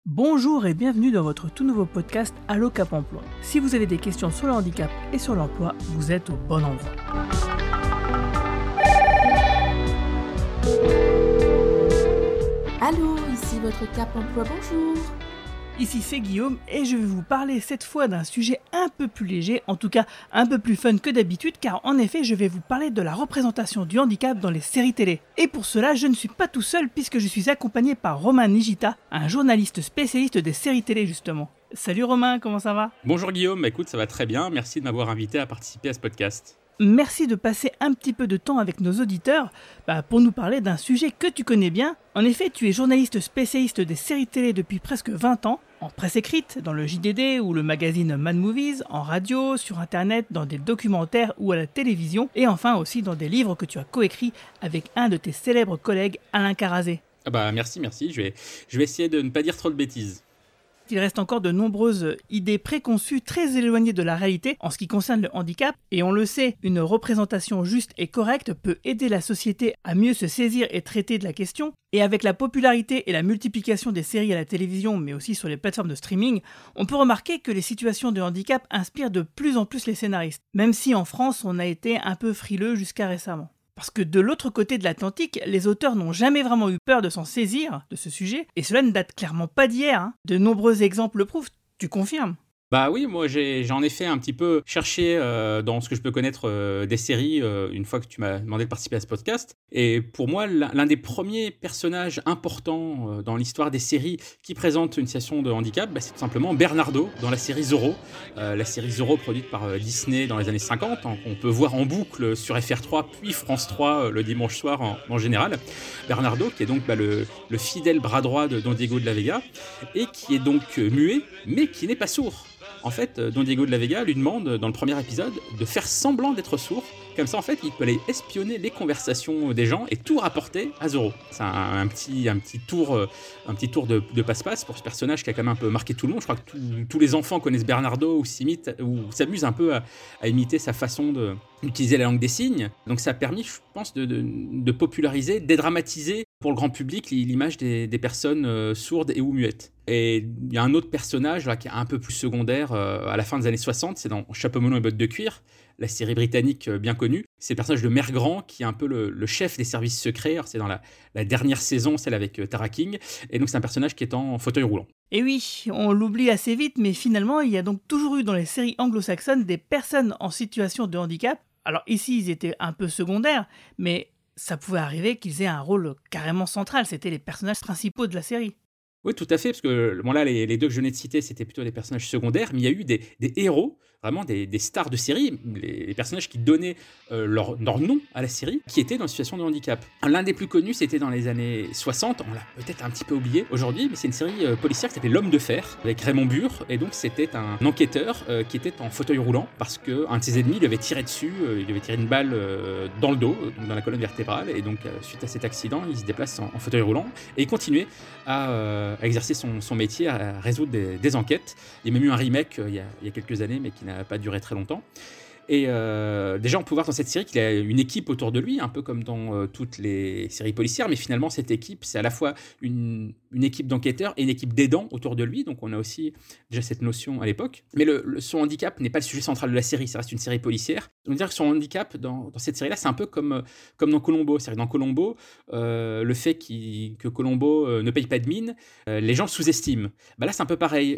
Bonjour et bienvenue dans votre tout nouveau podcast Allo Cap Emploi. Si vous avez des questions sur le handicap et sur l'emploi, vous êtes au bon endroit. Allô, ici votre Cap Emploi, bonjour. Ici c'est Guillaume et je vais vous parler cette fois d'un sujet un peu plus léger, en tout cas un peu plus fun que d'habitude, car en effet je vais vous parler de la représentation du handicap dans les séries télé. Et pour cela je ne suis pas tout seul puisque je suis accompagné par Romain Nigita, un journaliste spécialiste des séries télé justement. Salut Romain, comment ça va ? Bonjour Guillaume, écoute ça va très bien, merci de m'avoir invité à participer à ce podcast. Merci de passer un petit peu de temps avec nos auditeurs pour nous parler d'un sujet que tu connais bien. En effet, tu es journaliste spécialiste des séries télé depuis presque 20 ans, en presse écrite, dans le JDD ou le magazine Mad Movies, en radio, sur internet, dans des documentaires ou à la télévision, et enfin aussi dans des livres que tu as coécrits avec un de tes célèbres collègues, Alain Carazé. Merci, je vais essayer de ne pas dire trop de bêtises. Il reste encore de nombreuses idées préconçues très éloignées de la réalité en ce qui concerne le handicap, et on le sait, une représentation juste et correcte peut aider la société à mieux se saisir et traiter de la question, et avec la popularité et la multiplication des séries à la télévision, mais aussi sur les plateformes de streaming, on peut remarquer que les situations de handicap inspirent de plus en plus les scénaristes, même si en France on a été un peu frileux jusqu'à récemment. Parce que de l'autre côté de l'Atlantique, les auteurs n'ont jamais vraiment eu peur de s'en saisir de ce sujet, et cela ne date clairement pas d'hier. De nombreux exemples le prouvent, tu confirmes ? Bah oui, moi j'ai en effet un petit peu cherché dans ce que je peux connaître des séries une fois que tu m'as demandé de participer à ce podcast. Et pour moi, l'un des premiers personnages importants dans l'histoire des séries qui présentent une situation de handicap, c'est tout simplement Bernardo dans la série Zorro. La série Zorro produite par Disney dans les années 50, on peut voir en boucle sur FR3 puis France 3 le dimanche soir en général. Bernardo qui est donc le fidèle bras droit de Don Diego de la Vega et qui est donc muet mais qui n'est pas sourd. En fait, Don Diego de la Vega lui demande, dans le premier épisode, de faire semblant d'être sourd. Comme ça, en fait, il peut aller espionner les conversations des gens et tout rapporter à Zorro. C'est un petit tour de passe-passe pour ce personnage qui a quand même un peu marqué tout le monde. Je crois que tous les enfants connaissent Bernardo ou s'amusent un peu à imiter sa façon d'utiliser la langue des signes. Donc ça a permis, je pense, de populariser, dédramatiser pour le grand public l'image des personnes sourdes et ou muettes. Et il y a un autre personnage là, qui est un peu plus secondaire à la fin des années 60, c'est dans Chapeau melon et bottes de cuir, la série britannique bien connue. C'est le personnage de Maire Grand qui est un peu le chef des services secrets. Alors, c'est dans la dernière saison, celle avec Tara King. Et donc c'est un personnage qui est en fauteuil roulant. Et oui, on l'oublie assez vite, mais finalement il y a donc toujours eu dans les séries anglo-saxonnes des personnes en situation de handicap. Alors ici ils étaient un peu secondaires, mais ça pouvait arriver qu'ils aient un rôle carrément central. C'était les personnages principaux de la série. Oui, tout à fait, parce que les deux que je venais de citer, c'était plutôt des personnages secondaires, mais il y a eu des héros, vraiment des stars de série, les personnages qui donnaient leur nom à la série, qui étaient dans une situation de handicap. L'un des plus connus, c'était dans les années 60, on l'a peut-être un petit peu oublié aujourd'hui, mais c'est une série policière qui s'appelait L'Homme de Fer, avec Raymond Burr, et donc c'était un enquêteur qui était en fauteuil roulant, parce qu'un de ses ennemis lui avait tiré dessus, il lui avait tiré une balle dans le dos, dans la colonne vertébrale, et donc suite à cet accident, il se déplace en fauteuil roulant, et il continuait à exercer son métier, à résoudre des enquêtes. Il y a même eu un remake il y a quelques années, mais qui n'a pas duré très longtemps. Et déjà, on peut voir dans cette série qu'il a une équipe autour de lui, un peu comme dans toutes les séries policières, mais finalement, cette équipe, c'est à la fois une équipe d'enquêteurs et une équipe d'aidants autour de lui, donc on a aussi déjà cette notion à l'époque. Mais son handicap n'est pas le sujet central de la série, ça reste une série policière. On veut dire que son handicap dans cette série-là, c'est un peu comme dans Columbo. C'est-à-dire que dans Columbo, le fait que Columbo ne paye pas de mine, les gens le sous-estiment. Là, c'est un peu pareil.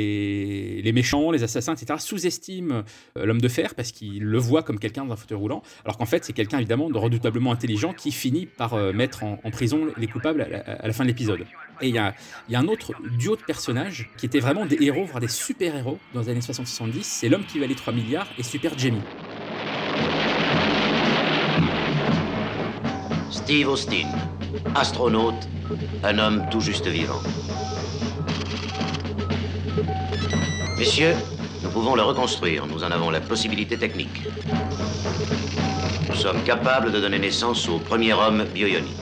Les méchants, les assassins, etc., sous-estiment l'homme de fer parce qu'ils le voient comme quelqu'un dans un fauteuil roulant, alors qu'en fait, c'est quelqu'un évidemment de redoutablement intelligent qui finit par mettre en prison les coupables à la fin de l'épisode. Et il y a un autre duo de personnages qui étaient vraiment des héros, voire des super-héros dans les années 60-70, c'est L'Homme qui valait 3 milliards et Super Jamie. Steve Austin, astronaute, un homme tout juste vivant. Messieurs, nous pouvons le reconstruire, nous en avons la possibilité technique. Nous sommes capables de donner naissance au premier homme bio-ionique.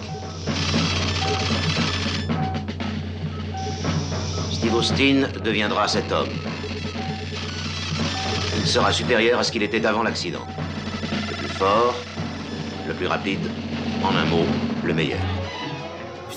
Steve Austin deviendra cet homme. Il sera supérieur à ce qu'il était avant l'accident. Le plus fort, le plus rapide, en un mot, le meilleur.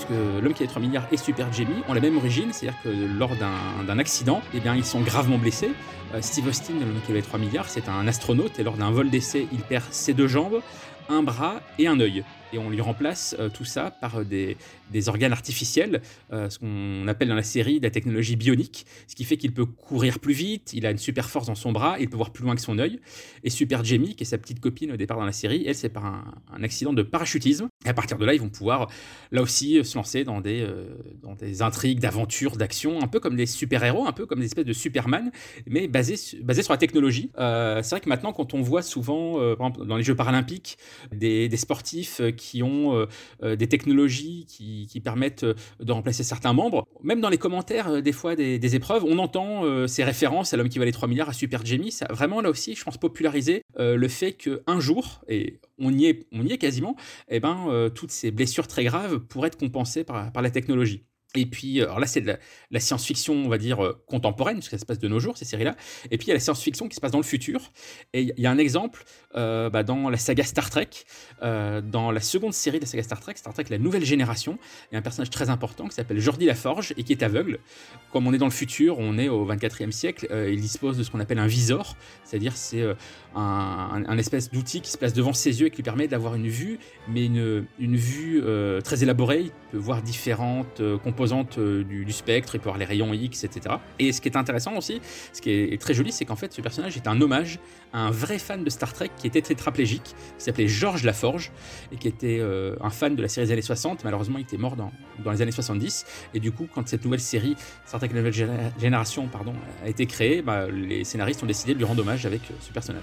puisque l'homme qui a les 3 milliards et Super Jamie ont la même origine, c'est-à-dire que lors d'un accident, eh bien, ils sont gravement blessés. Steve Austin, l'homme qui avait les 3 milliards, c'est un astronaute, et lors d'un vol d'essai, il perd ses 2 jambes, un bras et un œil. Et on lui remplace tout ça par des organes artificiels, ce qu'on appelle dans la série de la technologie bionique, ce qui fait qu'il peut courir plus vite, il a une super force dans son bras, il peut voir plus loin que son œil. Et Super Jamie, qui est sa petite copine au départ dans la série, elle, c'est par un accident de parachutisme. Et à partir de là, ils vont pouvoir, là aussi, se lancer dans des intrigues, d'aventures, d'actions, un peu comme des super-héros, un peu comme des espèces de Superman, mais basés sur la technologie. C'est vrai que maintenant, quand on voit souvent, par exemple, dans les Jeux paralympiques, des sportifs qui ont des technologies qui permettent de remplacer certains membres. Même dans les commentaires, des fois, des épreuves, on entend ces références à l'homme qui valait 3 milliards, à Super Jamie. Ça a vraiment, là aussi, je pense, popularisé le fait qu'un jour, et on y est quasiment, eh ben, toutes ces blessures très graves pourraient être compensées par la technologie. Et puis, alors là, c'est de la science-fiction, on va dire, contemporaine, parce que ça se passe de nos jours, ces séries-là. Et puis, il y a la science-fiction qui se passe dans le futur. Et il y a un exemple dans la saga Star Trek. Dans la seconde série de la saga Star Trek, la nouvelle génération, il y a un personnage très important qui s'appelle Geordi Laforge et qui est aveugle. Comme on est dans le futur, on est au 24e siècle, il dispose de ce qu'on appelle un visor, c'est-à-dire c'est un espèce d'outil qui se place devant ses yeux et qui lui permet d'avoir une vue, mais une vue très élaborée. Il peut voir différentes composantes du spectre, il peut voir les rayons X, etc. Et ce qui est intéressant aussi, ce qui est très joli, c'est qu'en fait ce personnage est un hommage à un vrai fan de Star Trek qui était tétraplégique, qui s'appelait George Laforge, et qui était un fan de la série des années 60. Malheureusement, il était mort dans les années 70. Et du coup, quand cette nouvelle série, Star Trek Nouvelle Génération, a été créée, les scénaristes ont décidé de lui rendre hommage avec ce personnage.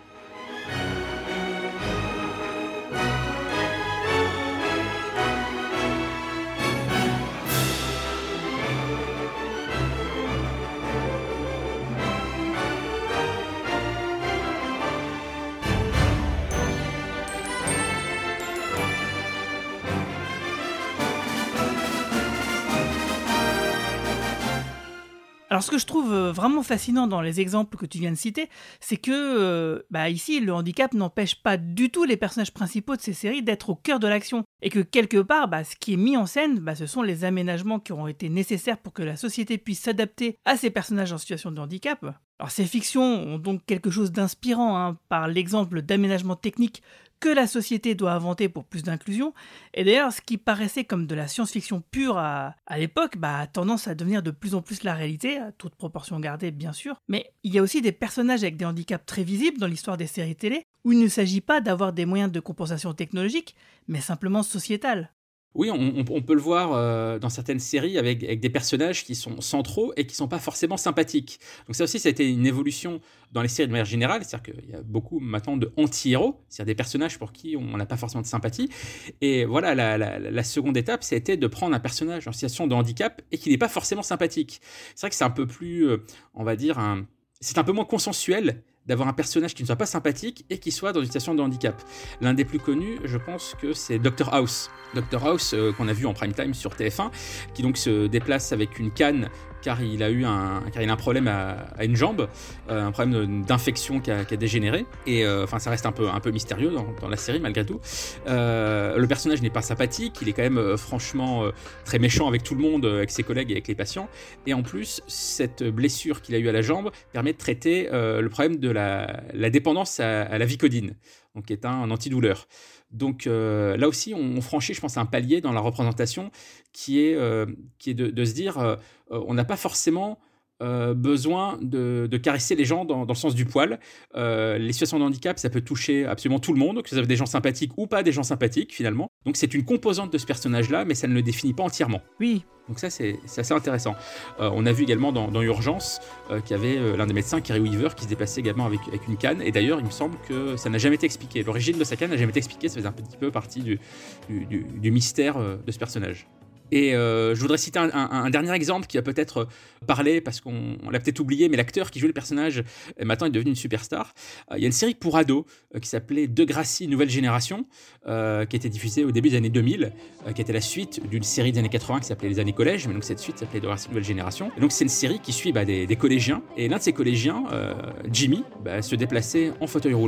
Alors ce que je trouve vraiment fascinant dans les exemples que tu viens de citer, c'est que ici le handicap n'empêche pas du tout les personnages principaux de ces séries d'être au cœur de l'action. Et que quelque part, ce qui est mis en scène, ce sont les aménagements qui auront été nécessaires pour que la société puisse s'adapter à ces personnages en situation de handicap. Alors ces fictions ont donc quelque chose d'inspirant par l'exemple d'aménagement technique que la société doit inventer pour plus d'inclusion. Et d'ailleurs, ce qui paraissait comme de la science-fiction pure à l'époque, a tendance à devenir de plus en plus la réalité, à toute proportion gardée bien sûr. Mais il y a aussi des personnages avec des handicaps très visibles dans l'histoire des séries télé, où il ne s'agit pas d'avoir des moyens de compensation technologique, mais simplement sociétal. Oui, on peut le voir dans certaines séries avec des personnages qui sont centraux et qui ne sont pas forcément sympathiques. Donc ça aussi, ça a été une évolution dans les séries de manière générale. C'est-à-dire qu'il y a beaucoup maintenant de anti-héros, c'est-à-dire des personnages pour qui on n'a pas forcément de sympathie. Et voilà, la seconde étape, ça a été de prendre un personnage en situation de handicap et qui n'est pas forcément sympathique. C'est vrai que c'est un peu plus, on va dire, c'est un peu moins consensuel d'avoir un personnage qui ne soit pas sympathique et qui soit dans une situation de handicap. L'un des plus connus, je pense que c'est Dr House. Dr House, qu'on a vu en prime time sur TF1, qui donc se déplace avec une canne car il a un problème à une jambe, un problème d'infection qui a dégénéré. Et ça reste un peu mystérieux dans la série malgré tout. Le personnage n'est pas sympathique, il est quand même franchement très méchant avec tout le monde, avec ses collègues et avec les patients. Et en plus, cette blessure qu'il a eue à la jambe permet de traiter le problème de la dépendance à la Vicodine, donc qui est un antidouleur. Donc là aussi, on franchit, je pense, un palier dans la représentation qui est de se dire on n'a pas forcément besoin de caresser les gens dans le sens du poil. Les situations de handicap, ça peut toucher absolument tout le monde, que ce soit des gens sympathiques ou pas des gens sympathiques, finalement. Donc c'est une composante de ce personnage-là, mais ça ne le définit pas entièrement. Oui. Donc ça, c'est assez intéressant. On a vu également dans Urgence qu'il y avait l'un des médecins, Kerry Weaver, qui se déplaçait également avec une canne. Et d'ailleurs, il me semble que ça n'a jamais été expliqué. L'origine de sa canne n'a jamais été expliquée. Ça faisait un petit peu partie du mystère de ce personnage. Et je voudrais citer un dernier exemple qui va peut-être parler, parce qu'on l'a peut-être oublié, mais l'acteur qui joue le personnage, maintenant est devenu une superstar. Il y a une série pour ados qui s'appelait Degrassi Nouvelle Génération, qui a été diffusée au début des années 2000, qui était la suite d'une série des années 80 qui s'appelait Les Années Collège, mais donc cette suite s'appelait Degrassi Nouvelle Génération. Et donc c'est une série qui suit des collégiens, et l'un de ces collégiens, Jimmy, se déplaçait en fauteuil roulant,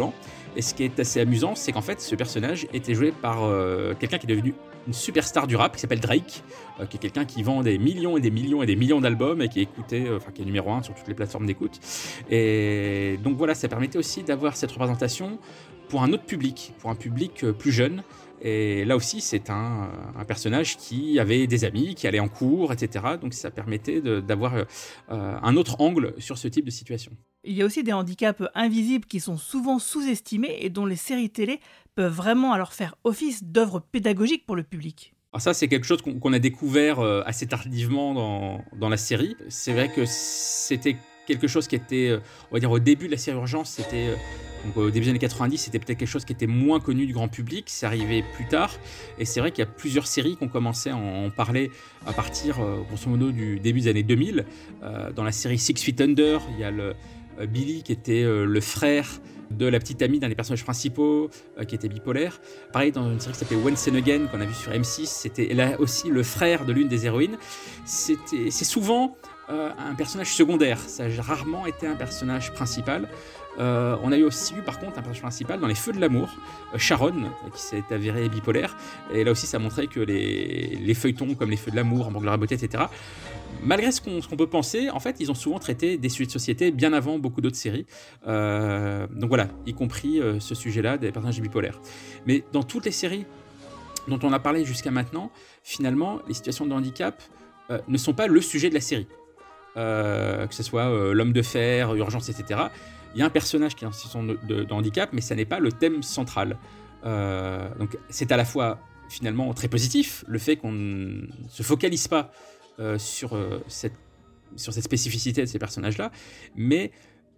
Et ce qui est assez amusant, c'est qu'en fait, ce personnage était joué par quelqu'un qui est devenu une superstar du rap qui s'appelle Drake, qui est quelqu'un qui vend des millions et des millions et des millions d'albums et qui est écouté, qui est numéro 1 sur toutes les plateformes d'écoute. Et donc voilà, ça permettait aussi d'avoir cette représentation pour un autre public, pour un public plus jeune. Et là aussi, c'est un personnage qui avait des amis, qui allait en cours, etc. Donc ça permettait d'avoir un autre angle sur ce type de situation. Il y a aussi des handicaps invisibles qui sont souvent sous-estimés et dont les séries télé peuvent vraiment alors faire office d'œuvre pédagogique pour le public. Alors ça, c'est quelque chose qu'on a découvert assez tardivement dans la série. C'est vrai que c'était quelque chose qui était, on va dire, au début de la série Urgence, c'était... Donc, au début des années 90, c'était peut-être quelque chose qui était moins connu du grand public, c'est arrivé plus tard, et c'est vrai qu'il y a plusieurs séries qui ont commencé à en parler à partir, grosso modo, du début des années 2000. Dans la série Six Feet Under, il y a Billy qui était le frère de la petite amie d'un des personnages principaux, qui était bipolaire. Pareil, dans une série qui s'appelait Once and Again, qu'on a vu sur M6, c'était là aussi le frère de l'une des héroïnes. C'est souvent un personnage secondaire, ça a rarement été un personnage principal. On a aussi eu par contre un personnage principal dans Les Feux de l'amour, Sharon, qui s'est avérée bipolaire, et là aussi ça montrait que les feuilletons comme Les Feux de l'amour, Hamburger à beauté, etc., malgré ce qu'on peut penser, en fait ils ont souvent traité des sujets de société bien avant beaucoup d'autres séries, donc voilà, y compris ce sujet-là des personnages bipolaires. Mais dans toutes les séries dont on a parlé jusqu'à maintenant, finalement les situations de handicap ne sont pas le sujet de la série, que ce soit l'homme de fer, Urgence, etc. Il y a un personnage qui est en situation de handicap, mais ça n'est pas le thème central. Donc c'est à la fois finalement très positif, le fait qu'on ne se focalise pas sur cette spécificité de ces personnages-là, mais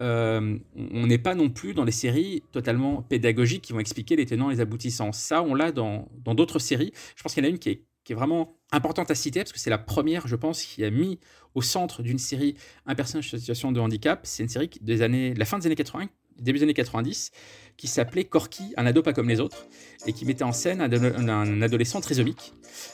on n'est pas non plus dans des séries totalement pédagogiques qui vont expliquer les tenants et les aboutissants. Ça, on l'a dans d'autres séries. Je pense qu'il y en a une qui est vraiment importante à citer, parce que c'est la première, je pense, qui a mis au centre d'une série un personnage en situation de handicap. C'est une série de la fin des années 80, début des années 90, qui s'appelait Corky, un ado pas comme les autres, et qui mettait en scène un adolescent trisomique,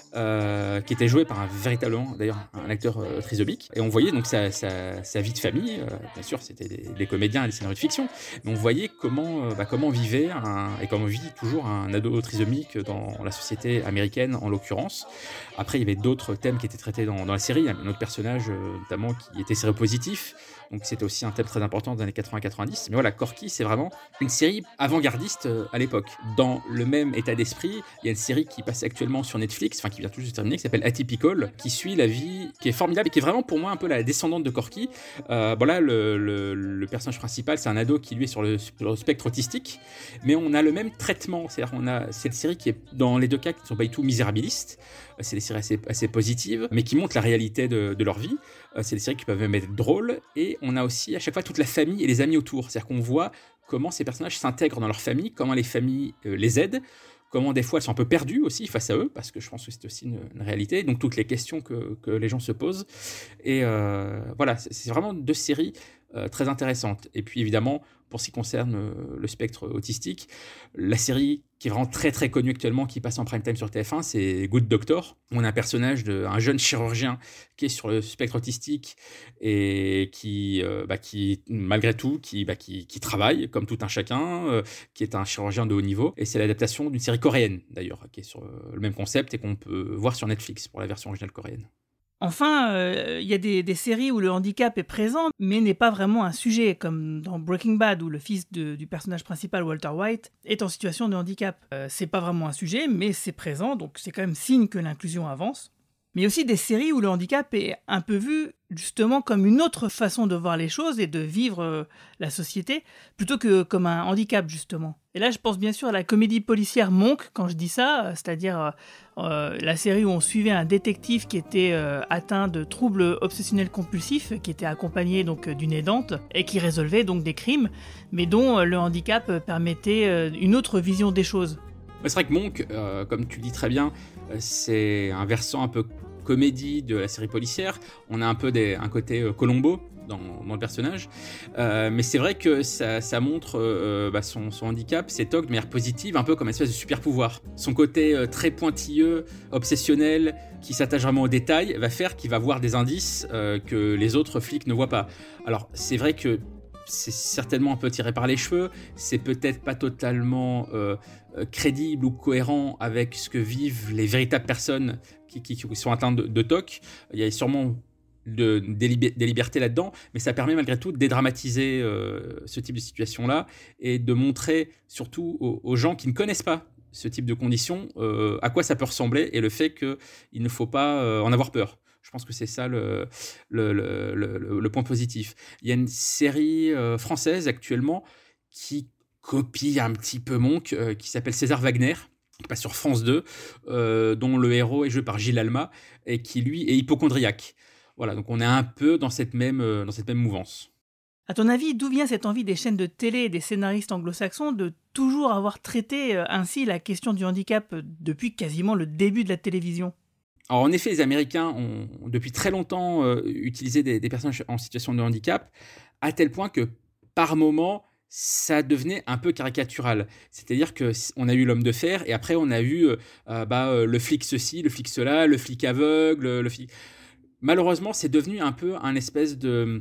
qui était joué par véritablement, d'ailleurs, un acteur trisomique. Et on voyait donc sa vie de famille, bien sûr, c'était des comédiens et des scénarios de fiction, mais on voyait comment vivait et comment vit toujours un ado trisomique dans la société américaine, en l'occurrence. Après, il y avait d'autres thèmes qui étaient traités dans la série. Il y a un autre personnage, notamment, qui était séropositif. Donc c'était aussi un thème très important des années 80-90. Mais voilà, Corky, c'est vraiment une série avant-gardiste à l'époque. Dans le même état d'esprit, il y a une série qui passe actuellement sur Netflix, qui vient tout juste de terminer, qui s'appelle Atypical, qui suit la vie, qui est formidable et qui est vraiment pour moi un peu la descendante de Corky. Voilà, le personnage principal, c'est un ado qui lui est sur le spectre autistique, mais on a le même traitement. C'est-à-dire on a cette série qui est, dans les deux cas, qui ne sont pas du tout misérabilistes. C'est des séries assez positives, mais qui montrent la réalité de leur vie. C'est des séries qui peuvent même être drôles, et on a aussi à chaque fois toute la famille et les amis autour. C'est-à-dire qu'on voit comment ces personnages s'intègrent dans leur famille, comment les familles les aident, comment des fois elles sont un peu perdues aussi face à eux, parce que je pense que c'est aussi une réalité, donc toutes les questions que les gens se posent. Et voilà, c'est vraiment deux séries très intéressantes. Et puis évidemment, pour ce qui concerne le spectre autistique, la série qui est vraiment très très connue actuellement, qui passe en prime time sur TF1, c'est Good Doctor. On a un personnage d'un jeune chirurgien qui est sur le spectre autistique et qui malgré tout, qui travaille comme tout un chacun, qui est un chirurgien de haut niveau. Et c'est l'adaptation d'une série coréenne d'ailleurs, qui est sur le même concept et qu'on peut voir sur Netflix pour la version originale coréenne. Enfin, il y a des séries où le handicap est présent, mais n'est pas vraiment un sujet, comme dans Breaking Bad, où le fils du personnage principal, Walter White, est en situation de handicap. C'est pas vraiment un sujet, mais c'est présent, donc c'est quand même signe que l'inclusion avance. Mais il y a aussi des séries où le handicap est un peu vu justement comme une autre façon de voir les choses et de vivre la société, plutôt que comme un handicap justement. Et là, je pense bien sûr à la comédie policière Monk, quand je dis ça, c'est-à-dire la série où on suivait un détective qui était atteint de troubles obsessionnels compulsifs, qui était accompagné donc d'une aidante et qui résolvait donc des crimes, mais dont le handicap permettait une autre vision des choses. C'est vrai que Monk, comme tu le dis très bien, c'est un versant un peu comédie de la série policière. On a un peu un côté Columbo dans le personnage, mais c'est vrai que ça montre son handicap, ses tocs de manière positive, un peu comme une espèce de super pouvoir. Son côté très pointilleux, obsessionnel, qui s'attache vraiment aux détails, va faire qu'il va voir des indices que les autres flics ne voient pas. Alors c'est vrai que c'est certainement un peu tiré par les cheveux, c'est peut-être pas totalement crédible ou cohérent avec ce que vivent les véritables personnes qui sont atteintes de TOC. Il y a sûrement des libertés là-dedans, mais ça permet malgré tout de dédramatiser ce type de situation-là et de montrer surtout aux gens qui ne connaissent pas ce type de conditions à quoi ça peut ressembler et le fait qu'il ne faut pas en avoir peur. Je pense que c'est ça le point positif. Il y a une série française actuellement qui copie un petit peu Monk, qui s'appelle César Wagner, qui passe sur France 2, dont le héros est joué par Gilles Alma, et qui, lui, est hypocondriaque. Voilà, donc on est un peu dans cette même mouvance. À ton avis, d'où vient cette envie des chaînes de télé et des scénaristes anglo-saxons de toujours avoir traité ainsi la question du handicap depuis quasiment le début de la télévision ? Alors en effet, les Américains ont depuis très longtemps utilisé des personnages en situation de handicap, à tel point que par moment, ça devenait un peu caricatural. C'est-à-dire qu'on a eu l'homme de fer, et après on a eu le flic ceci, le flic cela, le flic aveugle, le flic... Malheureusement, c'est devenu un peu un espèce de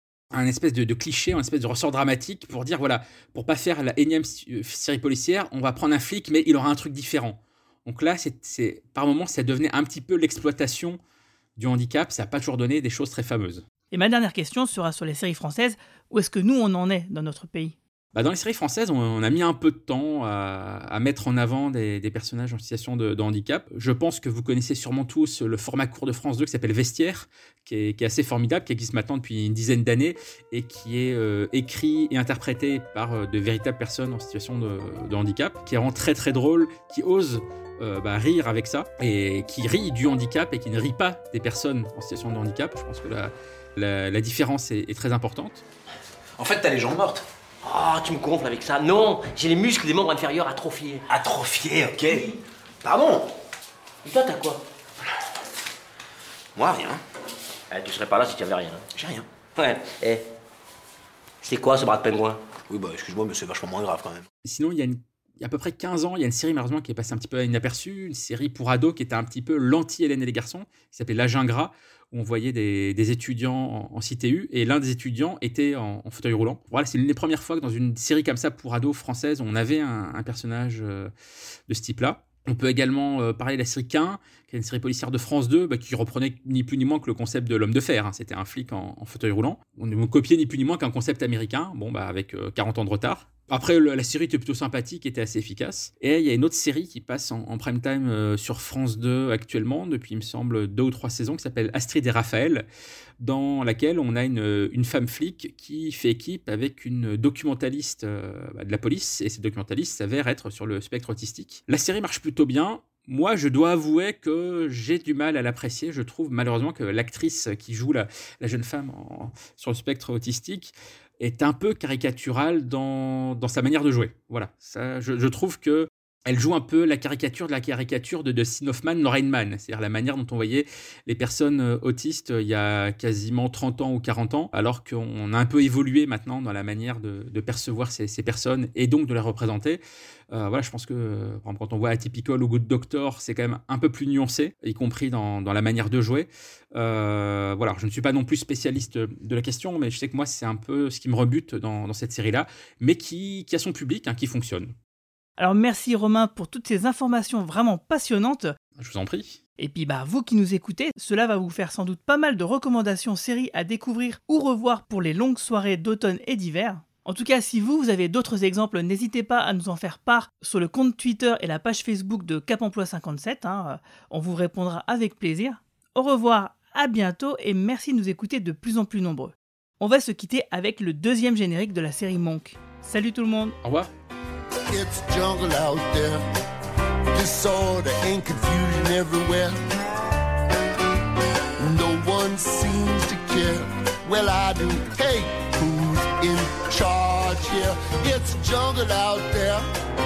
cliché, un espèce de ressort dramatique pour dire, voilà, pour pas faire la énième série policière, on va prendre un flic, mais il aura un truc différent. Donc là, par moments, ça devenait un petit peu l'exploitation du handicap. Ça n'a pas toujours donné des choses très fameuses. Et ma dernière question sera sur les séries françaises. Où est-ce que nous, on en est dans notre pays ? Dans les séries françaises, on a mis un peu de temps à mettre en avant des personnages en situation de handicap. Je pense que vous connaissez sûrement tous le format court de France 2 qui s'appelle Vestiaire, qui est assez formidable, qui existe maintenant depuis une dizaine d'années et qui est écrit et interprété par de véritables personnes en situation de handicap, qui est vraiment très très drôle, qui ose rire avec ça, et qui rit du handicap et qui ne rit pas des personnes en situation de handicap. Je pense que la différence est très importante. En fait, t'as les jambes mortes. Oh, tu me gonfles avec ça. Non, j'ai les muscles des membres inférieurs atrophiés. Atrophiés, ok. Oui. Pardon. Et toi, t'as quoi ? Moi, rien. Tu serais pas là si tu avais rien. J'ai rien. Ouais. C'est quoi ce bras de pingouin ? Oui, excuse-moi, mais c'est vachement moins grave quand même. Sinon, il y a à peu près 15 ans, il y a une série malheureusement qui est passée un petit peu inaperçue, une série pour ados qui était un petit peu l'anti-Hélène et les garçons, qui s'appelait L'âge ingrat, où on voyait des étudiants en CTU, et l'un des étudiants était en fauteuil roulant. Voilà, c'est l'une des premières fois que dans une série comme ça pour ados française, on avait un personnage de ce type-là. On peut également parler de la série Cain, qui est une série policière de France 2, qui reprenait ni plus ni moins que le concept de l'homme de fer. C'était un flic en fauteuil roulant. On copiait ni plus ni moins qu'un concept américain, avec 40 ans de retard. Après, la série était plutôt sympathique, était assez efficace. Et il y a une autre série qui passe en prime time sur France 2 actuellement, depuis, il me semble, 2 ou 3 saisons, qui s'appelle Astrid et Raphaël, dans laquelle on a une femme flic qui fait équipe avec une documentaliste de la police, et cette documentaliste s'avère être sur le spectre autistique. La série marche plutôt bien. Moi, je dois avouer que j'ai du mal à l'apprécier. Je trouve malheureusement que l'actrice qui joue la jeune femme sur le spectre autistique est un peu caricaturale dans sa manière de jouer. Voilà, ça, je trouve que elle joue un peu la caricature de Dustin Hoffman, Rain Man, c'est-à-dire la manière dont on voyait les personnes autistes il y a quasiment 30 ans ou 40 ans, alors qu'on a un peu évolué maintenant dans la manière de percevoir ces personnes et donc de les représenter. Je pense que quand on voit Atypical ou Good Doctor, c'est quand même un peu plus nuancé, y compris dans la manière de jouer. Je ne suis pas non plus spécialiste de la question, mais je sais que moi, c'est un peu ce qui me rebute dans cette série-là, mais qui a son public, qui fonctionne. Alors merci Romain pour toutes ces informations vraiment passionnantes. Je vous en prie. Et puis vous qui nous écoutez, cela va vous faire sans doute pas mal de recommandations séries à découvrir ou revoir pour les longues soirées d'automne et d'hiver. En tout cas, si vous avez d'autres exemples, n'hésitez pas à nous en faire part sur le compte Twitter et la page Facebook de Cap Emploi 57. On vous répondra avec plaisir. Au revoir, à bientôt et merci de nous écouter de plus en plus nombreux. On va se quitter avec le deuxième générique de la série Monk. Salut tout le monde. Au revoir. It's jungle out there, disorder and confusion everywhere. No one seems to care. Well, I do. Hey, who's in charge here? It's jungle out there,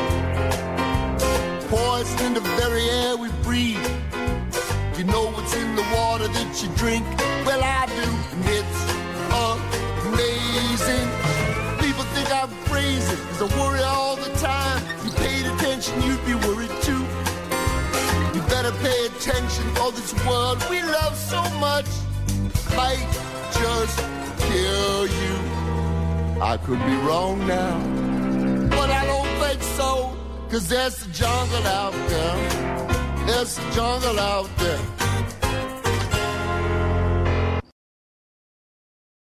poison in the very air we breathe. You know what's in the water that you drink? Well, I do, and it's amazing. People think I'm crazy, 'cause I worry all the time. If you paid attention, you'd be worried too. You better pay attention, for this world we love so much might just kill you. I I could be wrong now, but I don't think so, 'cause there's a jungle out there. There's a jungle out there.